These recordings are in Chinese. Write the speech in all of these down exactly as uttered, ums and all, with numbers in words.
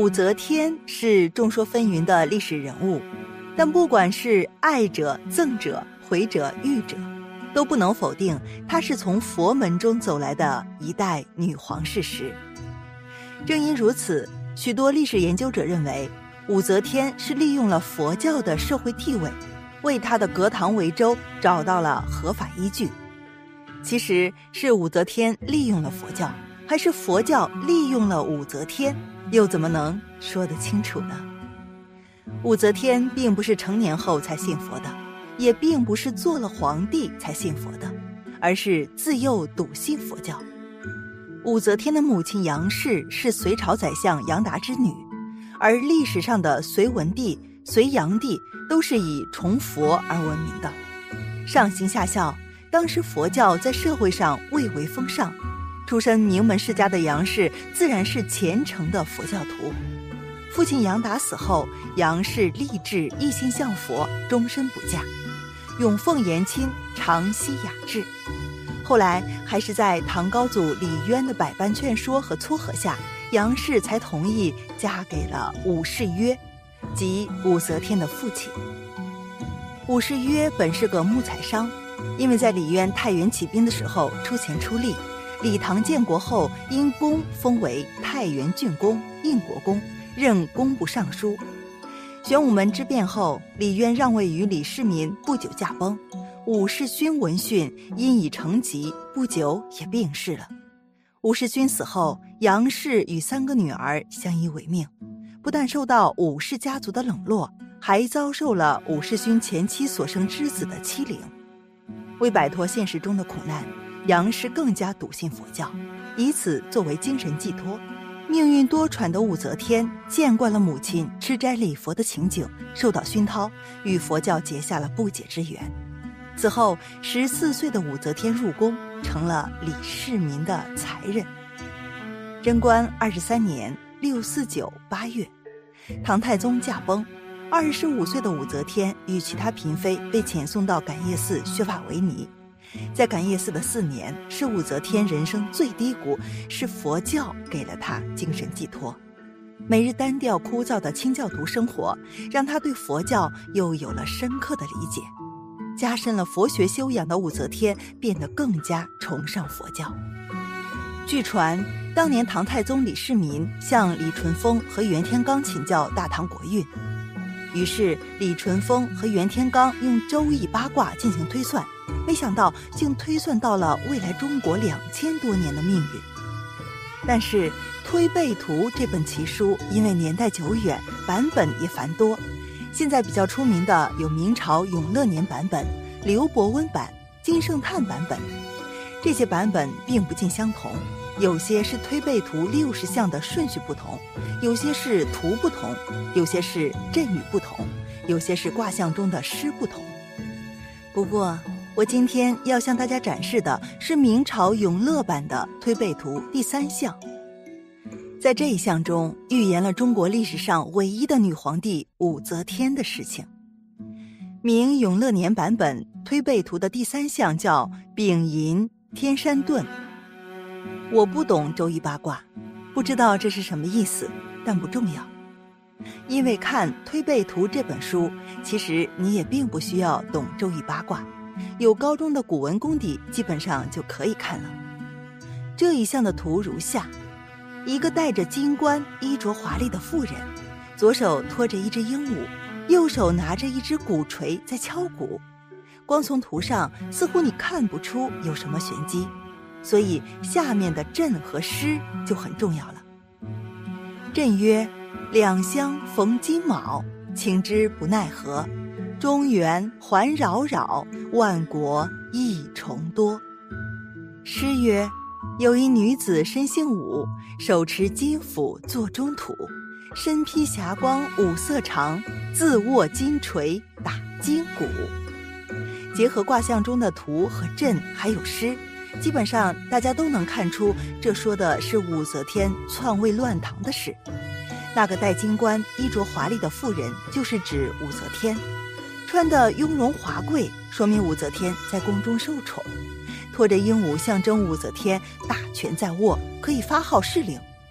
武则天是众说纷纭的历史人物，但不管是爱者、憎者、毁者、誉者，都不能否定她是从佛门中走来的一代女皇事实。正因如此，许多历史研究者认为，武则天是利用了佛教的社会地位，为她的革唐为周找到了合法依据。其实是武则天利用了佛教，还是佛教利用了武则天，又怎么能说得清楚呢？武则天并不是成年后才信佛的，也并不是做了皇帝才信佛的，而是自幼笃信佛教。武则天的母亲杨氏是隋朝宰相杨达之女，而历史上的隋文帝、隋炀帝都是以崇佛而闻名的，上行下效，当时佛教在社会上蔚为风尚，出身名门世家的杨氏自然是虔诚的佛教徒。父亲杨达死后，杨氏立志一心向佛，终身不嫁，永奉延亲，长息雅致。后来还是在唐高祖李渊的百般劝说和撮合下，杨氏才同意嫁给了武士约，即武则天的父亲。武士约本是个木材商，因为在李渊太原起兵的时候出钱出力，李唐建国后因功封为太原郡公、应国公，任工部尚书。玄武门之变后，李渊让位于李世民，不久驾崩。武士勋闻讯，因已成疾，不久也病逝了。武士勋死后，杨氏与三个女儿相依为命，不但受到武氏家族的冷落，还遭受了武士勋前妻所生之子的欺凌。为摆脱现实中的苦难，杨氏更加笃信佛教，以此作为精神寄托。命运多舛的武则天见惯了母亲吃斋礼佛的情景，受到熏陶，与佛教结下了不解之缘。此后十四岁的武则天入宫，成了李世民的才人。贞观二十三年六四九八月，唐太宗驾崩，二十五岁的武则天与其他嫔妃被遣送到感业寺削发为尼。在感业寺的四年，是武则天人生最低谷，是佛教给了她精神寄托。每日单调枯燥的清教徒生活，让她对佛教又有了深刻的理解。加深了佛学修养的武则天变得更加崇尚佛教。据传，当年唐太宗李世民向李淳风和袁天罡请教大唐国运，于是李淳风和袁天罡用周易八卦进行推算，没想到竟推算到了未来中国两千多年的命运。但是《推背图》这本奇书因为年代久远，版本也繁多，现在比较出名的有明朝永乐年版本、刘伯温版、金圣叹版本。这些版本并不尽相同，有些是推背图六十象的顺序不同，有些是图不同，有些是阵语不同，有些是卦象中的诗不同。不过我今天要向大家展示的是明朝永乐版的推背图第三象。在这一项中，预言了中国历史上唯一的女皇帝武则天的事情。明永乐年版本推背图的第三项叫丙寅天山遁。我不懂周易八卦，不知道这是什么意思，但不重要。因为看《推背图》这本书，其实你也并不需要懂周易八卦，有高中的古文功底，基本上就可以看了。这一项的图如下：一个戴着金冠、衣着华丽的妇人，左手托着一只鹦鹉，右手拿着一只鼓槌在敲鼓。光从图上似乎你看不出有什么玄机，所以下面的震和诗就很重要了。震曰：两相逢金卯，情之不奈何，中原环扰扰，万国一重多。诗曰：有一女子身姓武，手持金斧作中土，身披霞光五色长，自握金锤打金鼓。结合卦象中的图和阵还有诗，基本上大家都能看出这说的是武则天篡位乱唐的事。那个戴金冠、衣着华丽的妇人就是指武则天，穿的雍容华贵，说明武则天在宫中受宠。拖着鹦鹉象征武则天大权在握，可以发号施令。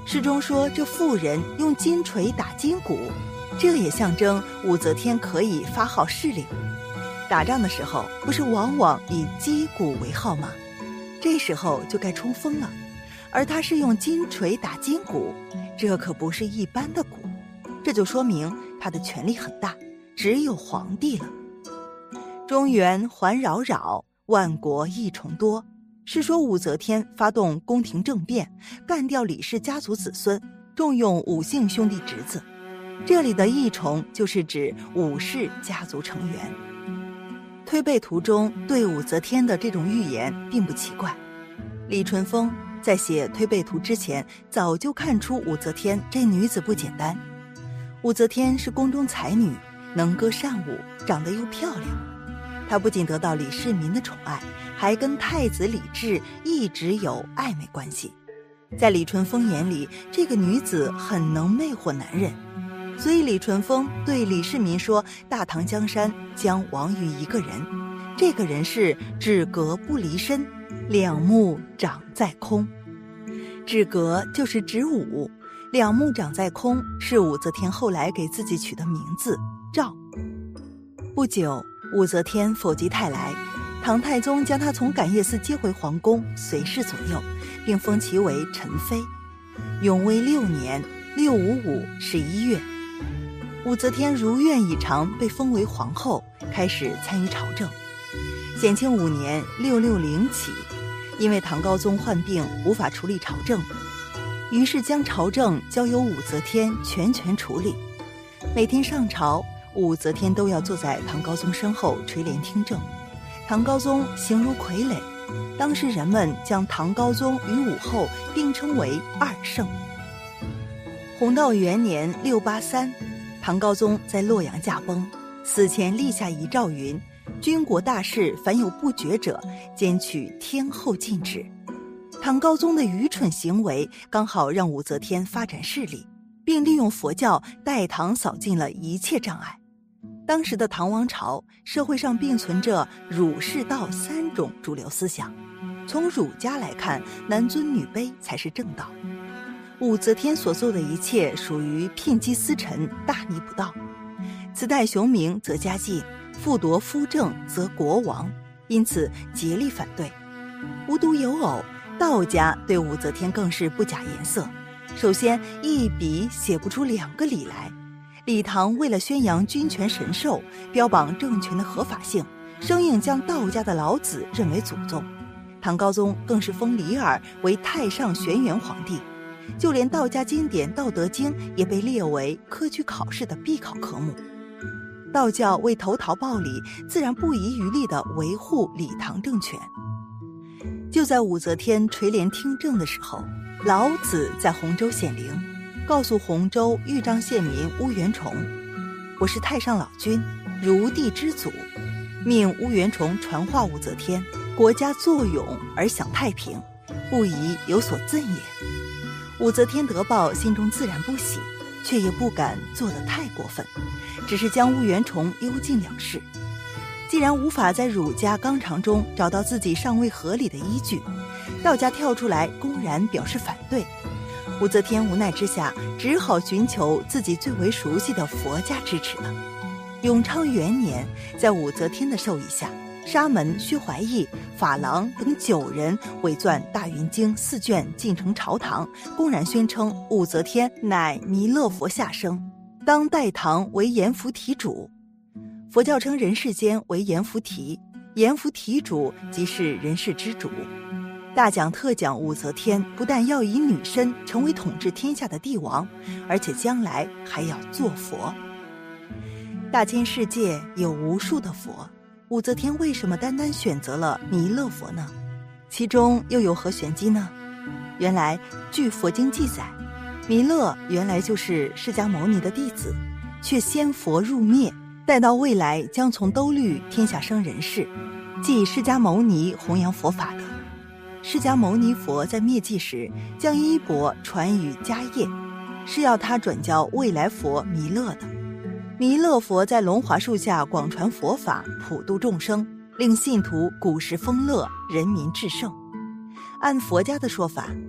诗中说这妇人用金锤打金鼓，这也象征武则天可以发号施令。打仗的时候不是往往以击鼓为号吗？这时候就该冲锋了，而他是用金锤打金鼓，这可不是一般的鼓，这就说明他的权力很大，只有皇帝了。中原环扰扰，万国一重多，是说武则天发动宫廷政变，干掉李氏家族子孙，重用武姓兄弟侄子。这里的一重就是指武氏家族成员。推背图中对武则天的这种预言并不奇怪，李淳风在写推背图之前早就看出武则天这女子不简单。武则天是宫中才女，能歌善舞，长得又漂亮。她不仅得到李世民的宠爱，还跟太子李治一直有暧昧关系。在李淳风眼里，这个女子很能魅惑男人，所以李淳风对李世民说大唐江山将亡于一个人，这个人是止戈不离身，两目长在空。止戈就是止武，两目长在空是武则天后来给自己取的名字赵。不久，武则天否极泰来，唐太宗将她从感业寺接回皇宫，随侍左右，并封其为宸妃。永徽六年六五五十一月，武则天如愿以偿被封为皇后，开始参与朝政。显庆五年六六零起，因为唐高宗患病无法处理朝政，于是将朝政交由武则天全权处理。每天上朝，武则天都要坐在唐高宗身后垂帘听政。唐高宗形如傀儡，当时人们将唐高宗与武后并称为二圣。弘道元年六八三，唐高宗在洛阳驾崩，死前立下遗诏云：军国大事凡有不决者，兼取天后禁止。唐高宗的愚蠢行为刚好让武则天发展势力，并利用佛教代唐扫尽了一切障碍。当时的唐王朝社会上并存着儒释道三种主流思想，从儒家来看，男尊女卑才是正道。武则天所做的一切属于聘姬司臣，大逆不道。自带雄名则家祭，复夺夫正则国亡，因此竭力反对。无独有偶，道家对武则天更是不假颜色。首先一笔写不出两个理来。李唐为了宣扬君权神授，标榜政权的合法性，生硬将道家的老子认为祖宗。唐高宗更是封李耳为太上玄元皇帝，就连道家经典《道德经》也被列为科举考试的必考科目。道教为投桃报李，自然不遗余力地维护李唐政权。就在武则天垂帘听政的时候，老子在洪州显灵，告诉洪州豫章县民乌元崇：我是太上老君，如地之祖，命乌元崇传话武则天，国家作俑而享太平，不宜有所赠也。武则天得报，心中自然不喜，却也不敢做得太过分，只是将乌元崇幽禁了事。既然无法在儒家纲常中找到自己尚未合理的依据，道家跳出来公然表示反对，武则天无奈之下，只好寻求自己最为熟悉的佛家支持了。永昌元年，在武则天的授意下，沙门、薛怀义、法郎等九人伪钻《大云经》四卷进城朝堂，公然宣称武则天乃弥勒佛下生，当代唐为阎浮提主。佛教称人世间为阎浮提，阎浮提主即是人世之主。大讲特讲武则天不但要以女身成为统治天下的帝王，而且将来还要做佛。大千世界有无数的佛，武则天为什么单单选择了弥勒佛呢？其中又有何玄机呢？原来据佛经记载，弥勒原来就是释迦牟尼的弟子，却先佛入灭，待到未来将从兜率天下生人世，即释迦牟尼弘扬佛法的。释迦牟尼佛在灭寂时，将衣钵传与迦叶，是要他转教未来佛弥勒的。弥勒佛在龙华树下广传佛法，普度众生，令信徒古时丰乐，人民至圣。按佛家的说法，入灭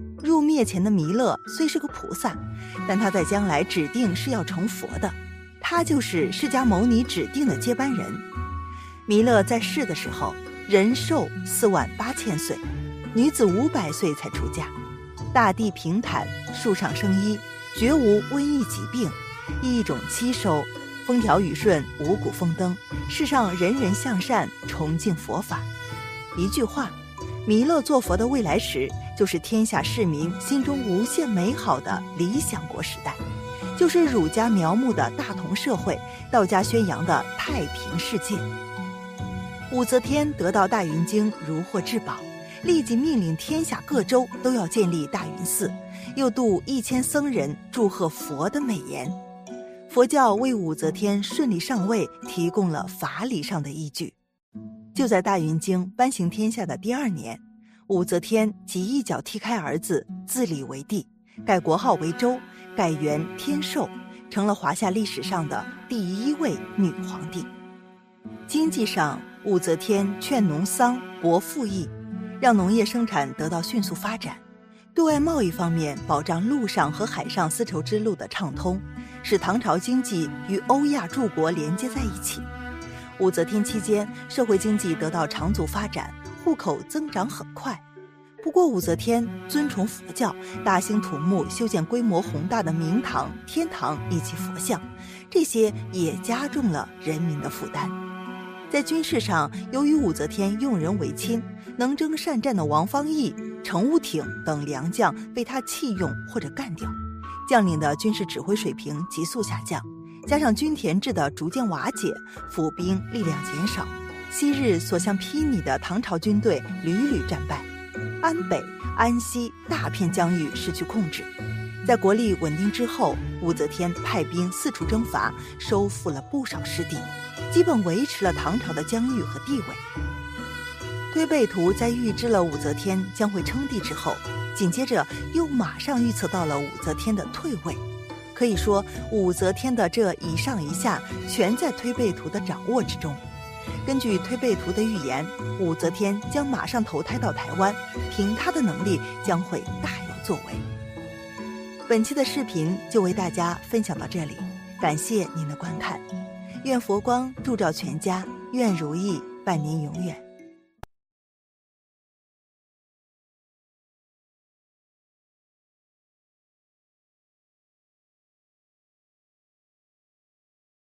灭前的弥勒虽是个菩萨，但他在将来指定是要成佛的，他就是释迦牟尼指定的接班人。弥勒在世的时候，人寿四万八千岁，女子五百岁才出嫁，大地平坦，树上生衣，绝无瘟疫疾病，一种七收，风调雨顺，五谷丰登，世上人人向善，崇敬佛法。一句话，弥勒做佛的未来时，就是天下市民心中无限美好的理想国时代，就是儒家描摹的大同社会，道家宣扬的太平世界。武则天得到大云经如获至宝，立即命令天下各州都要建立大云寺，又度一千僧人祝贺佛的美言。佛教为武则天顺利上位提供了法理上的依据。就在大云经颁行天下的第二年，武则天即一脚踢开儿子，自立为帝，改国号为周，改元天寿，成了华夏历史上的第一位女皇帝。经济上，武则天劝农桑博赋役，让农业生产得到迅速发展。对外贸易方面，保障陆上和海上丝绸之路的畅通，使唐朝经济与欧亚诸国连接在一起。武则天期间，社会经济得到长足发展，户口增长很快。不过武则天尊崇佛教，大兴土木，修建规模宏大的明堂、天堂以及佛像，这些也加重了人民的负担。在军事上，由于武则天用人为亲，能征善战的王方义、程悟挺等良将被他弃用或者干掉，将领的军事指挥水平急速下降，加上均田制的逐渐瓦解，府兵力量减少，昔日所向披靡的唐朝军队屡屡战败，安北、安西大片疆域失去控制。在国力稳定之后，武则天派兵四处征伐，收复了不少失地，基本维持了唐朝的疆域和地位。推背图在预知了武则天将会称帝之后，紧接着又马上预测到了武则天的退位。可以说，武则天的这一上一下全在推背图的掌握之中。根据推背图的预言，武则天将马上投胎到台湾，凭她的能力将会大有作为。本期的视频就为大家分享到这里，感谢您的观看。愿佛光照照全家，愿如意伴您永远。